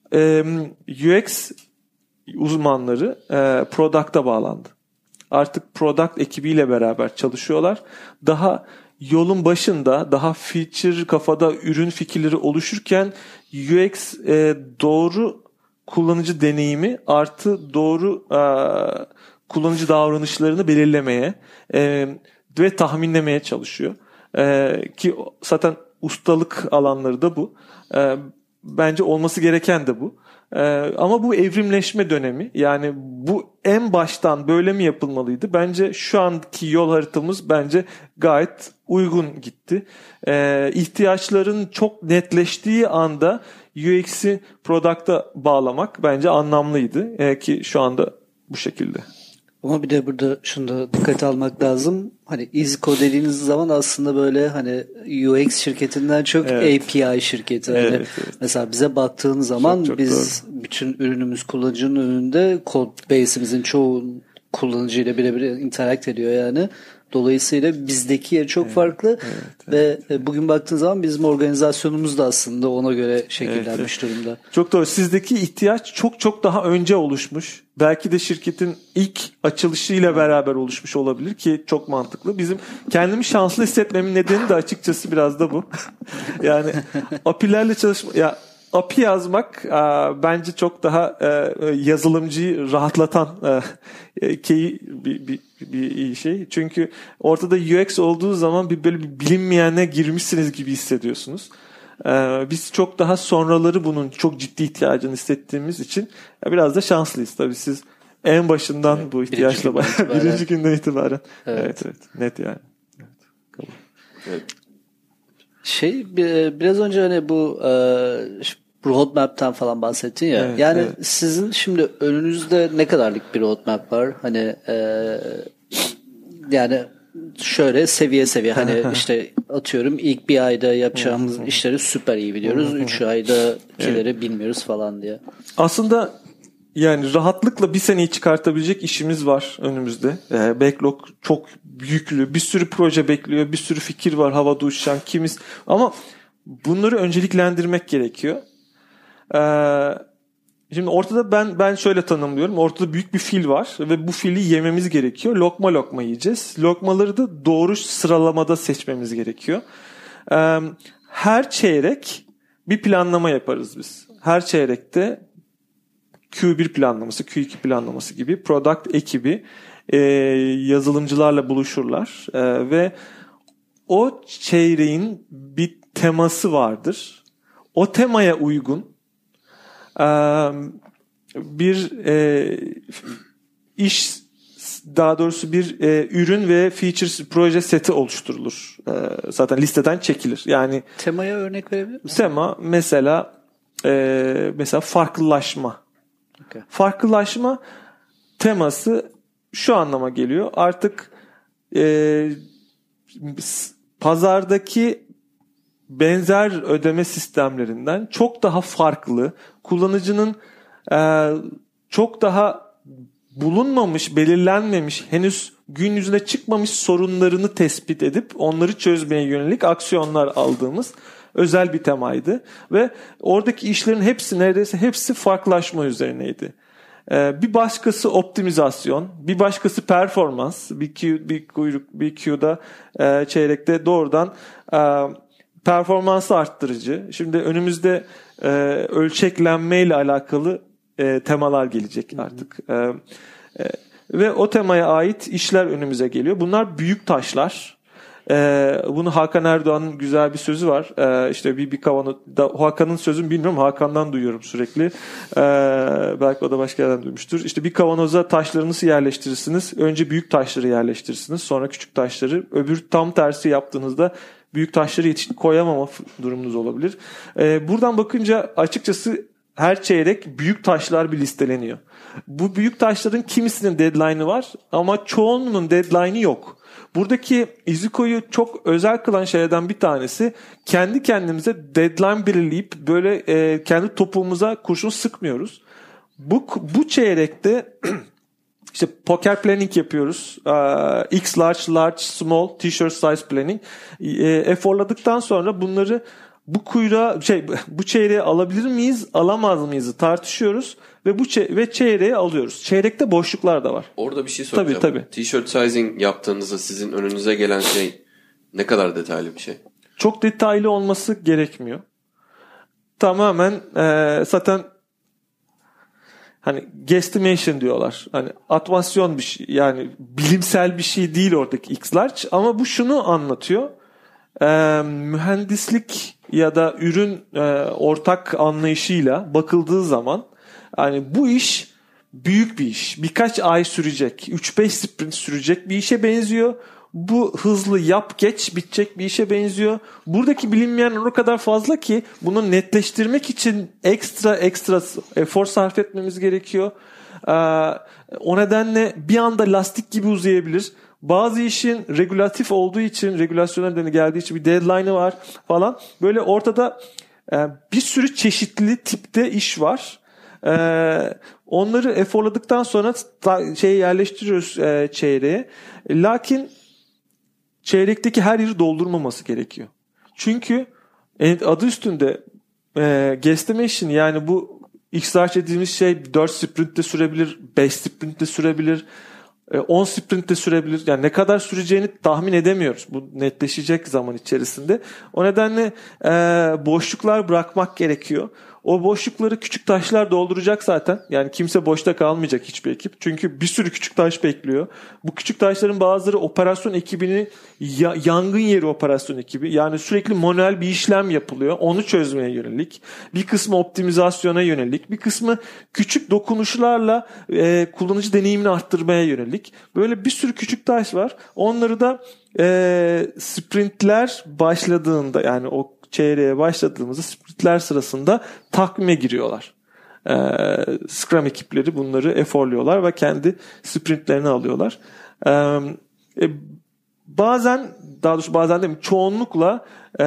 [SPEAKER 3] UX uzmanları product'a bağlandı. Artık product ekibiyle beraber çalışıyorlar. Daha yolun başında, daha feature kafada ürün fikirleri oluşurken UX doğru kullanıcı deneyimi artı doğru kullanıcı davranışlarını belirlemeye ve tahminlemeye çalışıyor. Ki zaten ustalık alanları da bu. Bence olması gereken de bu. Ama bu evrimleşme dönemi, yani bu en baştan böyle mi yapılmalıydı? Bence şu anki yol haritamız bence gayet uygun gitti. İhtiyaçların çok netleştiği anda UX'i product'a bağlamak bence anlamlıydı. Ki şu anda bu şekilde.
[SPEAKER 2] Ama bir de burada şunu da dikkate almak lazım. Hani EasyCode dediğiniz zaman aslında böyle hani UX şirketinden çok API şirketi. Yani mesela bize baktığın zaman çok biz doğru. Bütün ürünümüz kullanıcının önünde, code base'imizin çoğu kullanıcıyla birebir interact ediyor yani. Dolayısıyla bizdeki yer çok farklı ve bugün baktığın zaman bizim organizasyonumuz da aslında ona göre şekillenmiş durumda.
[SPEAKER 3] Çok doğru. Sizdeki ihtiyaç çok daha önce oluşmuş. Belki de şirketin ilk açılışıyla beraber oluşmuş olabilir ki çok mantıklı. Bizim kendimi şanslı hissetmemin nedeni de açıkçası biraz da bu. Yani API'lerle API yazmak bence çok daha yazılımcıyı rahatlatan bir şey. Çünkü ortada UX olduğu zaman böyle bir bilinmeyene girmişsiniz gibi hissediyorsunuz. Biz çok daha sonraları bunun çok ciddi ihtiyacını hissettiğimiz için biraz da şanslıyız. Tabii siz en başından bu ihtiyaçla birinci günden itibaren. Evet. Net yani. Evet.
[SPEAKER 2] Biraz önce hani bu roadmap'ten falan bahsettin ya. Yani sizin şimdi önünüzde ne kadarlık bir roadmap var? Hani yani şöyle seviye hani işte atıyorum ilk bir ayda yapacağımız işleri süper iyi biliyoruz. 3 aydakileri bilmiyoruz falan diye.
[SPEAKER 3] Aslında yani rahatlıkla bir seneyi çıkartabilecek işimiz var önümüzde. Backlog çok yüklü. Bir sürü proje bekliyor. Bir sürü fikir var havada uçuşan. Ama bunları önceliklendirmek gerekiyor. Şimdi ortada ben şöyle tanımlıyorum. Ortada büyük bir fil var ve bu fili yememiz gerekiyor. Lokma lokma yiyeceğiz. Lokmaları da doğru sıralamada seçmemiz gerekiyor. Her çeyrek bir planlama yaparız biz. Her çeyrekte Q1 planlaması, Q2 planlaması gibi product ekibi yazılımcılarla buluşurlar ve o çeyreğin bir teması vardır. O temaya uygun bir iş, daha doğrusu bir ürün ve features proje seti oluşturulur. Zaten listeden çekilir. Yani
[SPEAKER 2] temaya örnek verebilir misin?
[SPEAKER 3] Tema mesela farklılaşma. Okay. Farklılaşma teması şu anlama geliyor. Artık pazardaki benzer ödeme sistemlerinden çok daha farklı, kullanıcının çok daha bulunmamış, belirlenmemiş, henüz gün yüzüne çıkmamış sorunlarını tespit edip onları çözmeye yönelik aksiyonlar aldığımız özel bir temaydı. Ve oradaki işlerin neredeyse hepsi farklılaşma üzerineydi. Bir başkası optimizasyon, bir başkası performans, bir Q'da çeyrekte doğrudan performansı arttırıcı. Şimdi önümüzde ölçeklenmeyle alakalı temalar gelecek artık. Ve o temaya ait işler önümüze geliyor. Bunlar büyük taşlar. Bunu Hakan Erdoğan'ın güzel bir sözü var. İşte bir kavanoz, Hakan'ın sözünü bilmiyorum, Hakan'dan duyuyorum sürekli. Belki o da başka yerden duymuştur. İşte bir kavanoza taşlarınızı yerleştirirsiniz. Önce büyük taşları yerleştirirsiniz. Sonra küçük taşları. Öbür tam tersi yaptığınızda büyük taşları koyamama durumunuz olabilir. Buradan bakınca açıkçası her çeyrek büyük taşlar bir listeleniyor. Bu büyük taşların kimisinin deadline'ı var ama çoğunluğunun deadline'ı yok. Buradaki Iziko'yu çok özel kılan şeylerden bir tanesi, kendi kendimize deadline belirleyip böyle kendi topuğumuza kurşun sıkmıyoruz. Bu çeyrekte İşte poker planning yapıyoruz. X large, large, small, t-shirt size planning. Eforladıktan sonra bunları bu çeyreğe alabilir miyiz, alamaz mıyız tartışıyoruz ve çeyreğe alıyoruz. Çeyrekte boşluklar da var.
[SPEAKER 1] Orada bir şey soracağım.
[SPEAKER 3] Tabii.
[SPEAKER 1] T-shirt sizing yaptığınızda sizin önünüze gelen şey ne kadar detaylı bir şey?
[SPEAKER 3] Çok detaylı olması gerekmiyor. Tamamen zaten hani guesstimation diyorlar. Hani atmasyon bir şey, yani bilimsel bir şey değil oradaki X large, ama bu şunu anlatıyor. Mühendislik ya da ürün ortak anlayışıyla bakıldığı zaman hani bu iş büyük bir iş. Birkaç ay sürecek, 3-5 sprint sürecek bir işe benziyor. Bu hızlı yap geç bitecek bir işe benziyor. Buradaki bilinmeyenler o kadar fazla ki bunu netleştirmek için ekstra efor sarf etmemiz gerekiyor. O nedenle bir anda lastik gibi uzayabilir. Bazı işin regülatif olduğu için, regülasyon nedeni geldiği için bir deadline'ı var falan. Böyle ortada bir sürü çeşitli tipte iş var. Onları eforladıktan sonra yerleştiriyoruz çeyreğe. Lakin çeyrekteki her yeri doldurmaması gerekiyor. Çünkü adı üstünde guesstimation, yani bu X-large dediğimiz şey 4 sprintte sürebilir, 5 sprintte sürebilir, 10 sprintte sürebilir. Yani ne kadar süreceğini tahmin edemiyoruz. Bu netleşecek zaman içerisinde. O nedenle boşluklar bırakmak gerekiyor. O boşlukları küçük taşlar dolduracak zaten. Yani kimse boşta kalmayacak, hiçbir ekip. Çünkü bir sürü küçük taş bekliyor. Bu küçük taşların bazıları operasyon ekibini, yangın yeri operasyon ekibi. Yani sürekli manuel bir işlem yapılıyor. Onu çözmeye yönelik. Bir kısmı optimizasyona yönelik. Bir kısmı küçük dokunuşlarla kullanıcı deneyimini arttırmaya yönelik. Böyle bir sürü küçük taş var. Onları da sprintler başladığında, yani o çeyreğe başladığımızda sprintler sırasında takvime giriyorlar. Scrum ekipleri bunları eforluyorlar ve kendi sprintlerini alıyorlar. bazen, daha doğrusu bazen değil mi, çoğunlukla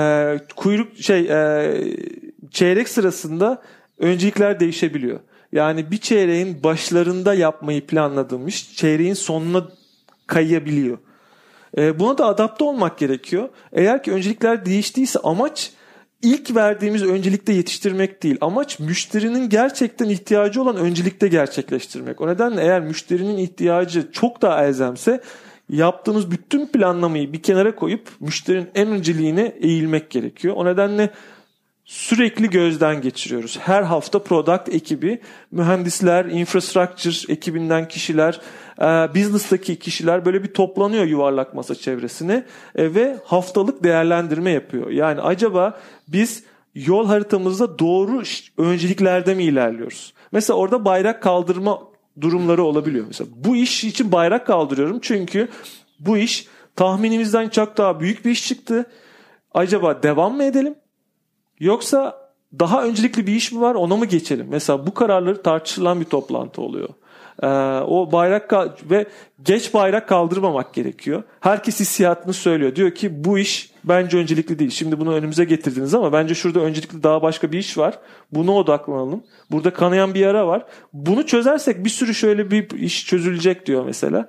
[SPEAKER 3] çeyrek sırasında öncelikler değişebiliyor. Yani bir çeyreğin başlarında yapmayı planladığım iş çeyreğin sonuna kayabiliyor. Buna da adapte olmak gerekiyor. Eğer ki öncelikler değiştiyse amaç ilk verdiğimiz öncelikte yetiştirmek değil. Amaç müşterinin gerçekten ihtiyacı olan öncelikte gerçekleştirmek. O nedenle eğer müşterinin ihtiyacı çok daha elzemse yaptığınız bütün planlamayı bir kenara koyup müşterinin en önceliğine eğilmek gerekiyor. O nedenle sürekli gözden geçiriyoruz. Her hafta product ekibi, mühendisler, infrastructure ekibinden kişiler, business'taki kişiler böyle bir toplanıyor yuvarlak masa çevresine ve haftalık değerlendirme yapıyor. Yani acaba biz yol haritamızda doğru önceliklerde mi ilerliyoruz? Mesela orada bayrak kaldırma durumları olabiliyor. Mesela bu iş için bayrak kaldırıyorum çünkü bu iş tahminimizden çok daha büyük bir iş çıktı. Acaba devam mı edelim? Yoksa daha öncelikli bir iş mi var, ona mı geçelim? Mesela bu kararları tartışılan bir toplantı oluyor. O bayrak ve geç bayrak kaldırmamak gerekiyor. Herkes hissiyatını söylüyor. Diyor ki bu iş bence öncelikli değil. Şimdi bunu önümüze getirdiniz ama bence şurada öncelikli daha başka bir iş var. Buna odaklanalım. Burada kanayan bir yara var. Bunu çözersek bir sürü şöyle bir iş çözülecek diyor mesela.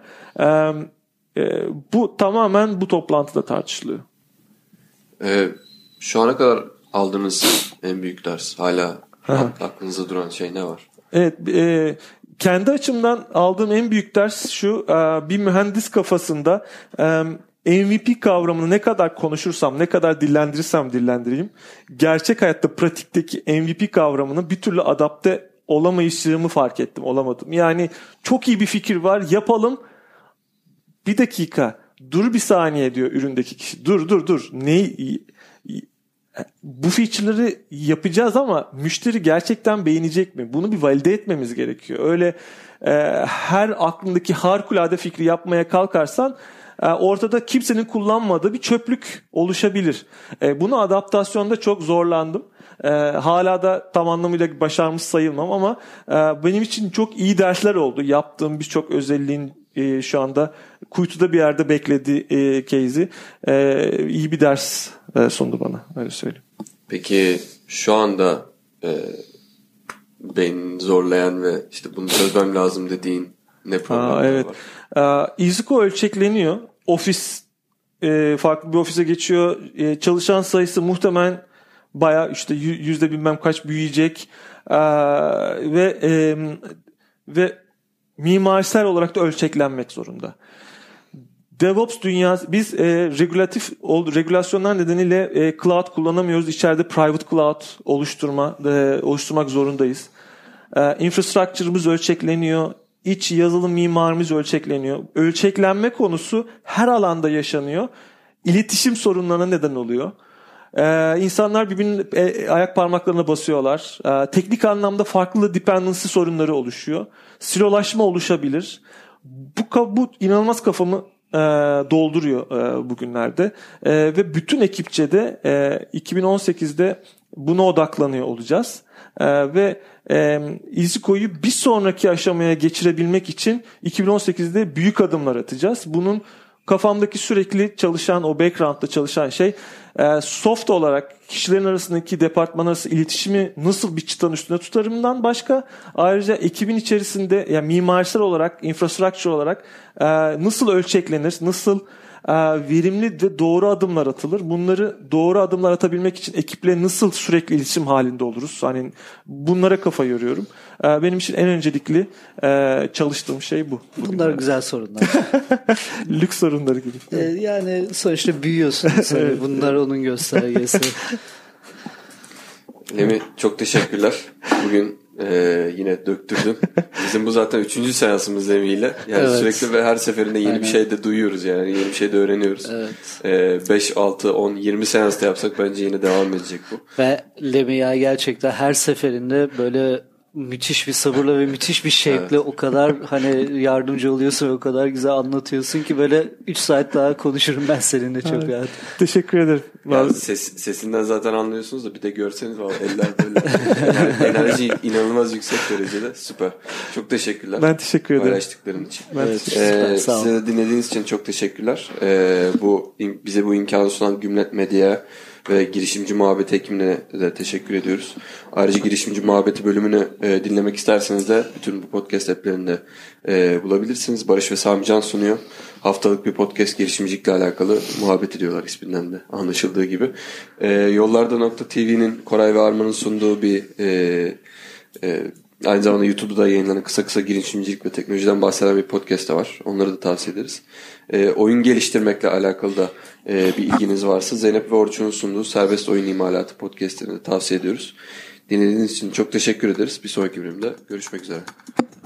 [SPEAKER 3] Bu tamamen bu toplantıda tartışılıyor.
[SPEAKER 1] Şu ana kadar aldığınız en büyük ders, hala aklınızda duran şey ne var?
[SPEAKER 3] Evet, kendi açımdan aldığım en büyük ders şu: bir mühendis kafasında MVP kavramını ne kadar konuşursam, ne kadar dillendirirsem dillendireyim, gerçek hayatta pratikteki MVP kavramını bir türlü adapte olamayışımı fark ettim, olamadım. Yani çok iyi bir fikir var, yapalım. Bir dakika, dur bir saniye diyor üründeki kişi. Dur. Bu feature'ları yapacağız ama müşteri gerçekten beğenecek mi? Bunu bir valide etmemiz gerekiyor. Öyle her aklındaki harikulade fikri yapmaya kalkarsan ortada kimsenin kullanmadığı bir çöplük oluşabilir. Bunu adaptasyonda çok zorlandım. Hala da tam anlamıyla başarmış sayılmam ama benim için çok iyi dersler oldu. Yaptığım birçok özelliğin şu anda kuytuda bir yerde beklediği case'i iyi bir ders sundu bana. Öyle söyleyeyim.
[SPEAKER 1] Peki şu anda beni zorlayan ve işte bunu çözmem lazım dediğin ne problemler
[SPEAKER 3] var? İZICO ölçekleniyor. Ofis farklı bir ofise geçiyor. Çalışan sayısı muhtemelen bayağı işte yüzde bilmem kaç büyüyecek. Ve mimarisel olarak da ölçeklenmek zorunda. DevOps dünyası, biz regülasyonlar nedeniyle cloud kullanamıyoruz. İçeride private cloud oluşturmak zorundayız. Infrastructure'ımız ölçekleniyor. İç yazılım mimarimiz ölçekleniyor. Ölçeklenme konusu her alanda yaşanıyor. İletişim sorunlarına neden oluyor. İnsanlar birbirinin ayak parmaklarına basıyorlar. Teknik anlamda farklı dependency sorunları oluşuyor. Silolaşma oluşabilir. Bu inanılmaz kafamı dolduruyor bugünlerde. Ve bütün ekipçe de 2018'de buna odaklanıyor olacağız. Ve İZICO'yu bir sonraki aşamaya geçirebilmek için 2018'de büyük adımlar atacağız. Bunun kafamdaki sürekli çalışan, o background'da çalışan şey, soft olarak kişilerin arasındaki departman arası iletişimi nasıl bir çıtanın üstünde tutarımdan başka, ayrıca ekibin içerisinde yani mimarisel olarak, infrastructure olarak nasıl ölçeklenir, nasıl verimli ve doğru adımlar atılır. Bunları doğru adımlar atabilmek için ekiple nasıl sürekli iletişim halinde oluruz? Hani bunlara kafa yoruyorum. Benim için en öncelikli çalıştığım şey bu.
[SPEAKER 2] Bunlar güzel sorunlar.
[SPEAKER 3] Lüks sorunları gibi.
[SPEAKER 2] Yani sonuçta büyüyorsunuz. Evet, bunlar onun göstergesi.
[SPEAKER 1] Lemi, çok teşekkürler. Bugün yine döktürdün. Bizim bu zaten 3. seansımız Lemi'yle. Yani evet. Sürekli ve her seferinde yeni bir şey de duyuyoruz yani. Yeni bir şey de öğreniyoruz. Evet. 5, 6, 10, 20 seans da yapsak bence yine devam edecek bu.
[SPEAKER 2] Ve Lemi ya gerçekten her seferinde böyle müthiş bir sabırla ve müthiş bir şevkle o kadar hani yardımcı oluyorsun ve o kadar güzel anlatıyorsun ki böyle 3 saat daha konuşurum ben seninle çok rahat.
[SPEAKER 3] Teşekkür ederim.
[SPEAKER 1] Yani sesinden zaten anlıyorsunuz da bir de görseniz valla eller böyle enerji inanılmaz yüksek derecede. Süper. Çok teşekkürler.
[SPEAKER 3] Ben teşekkür ederim.
[SPEAKER 1] Paylaştıkların için.
[SPEAKER 2] Sağ olun.
[SPEAKER 1] Size de dinlediğiniz için çok teşekkürler. Bize bu imkanı sunan Gümlet Medya'ya ve Girişimci Muhabbeti ekibine de teşekkür ediyoruz. Ayrıca Girişimci Muhabbeti bölümünü dinlemek isterseniz de bütün bu podcast app'lerinde bulabilirsiniz. Barış ve Sami Can sunuyor. Haftalık bir podcast girişimcilikle alakalı muhabbet ediyorlar isminden de anlaşıldığı gibi. Yollarda.tv'nin Koray ve Arman'ın sunduğu bir aynı zamanda YouTube'da yayınlanan kısa girişimcilik ve teknolojiden bahseden bir podcast da var. Onları da tavsiye ederiz. Oyun geliştirmekle alakalı da bir ilginiz varsa Zeynep ve Orçun'un sunduğu Serbest Oyun İmalatı podcast'ini de tavsiye ediyoruz. Dinlediğiniz için çok teşekkür ederiz. Bir sonraki bölümde görüşmek üzere.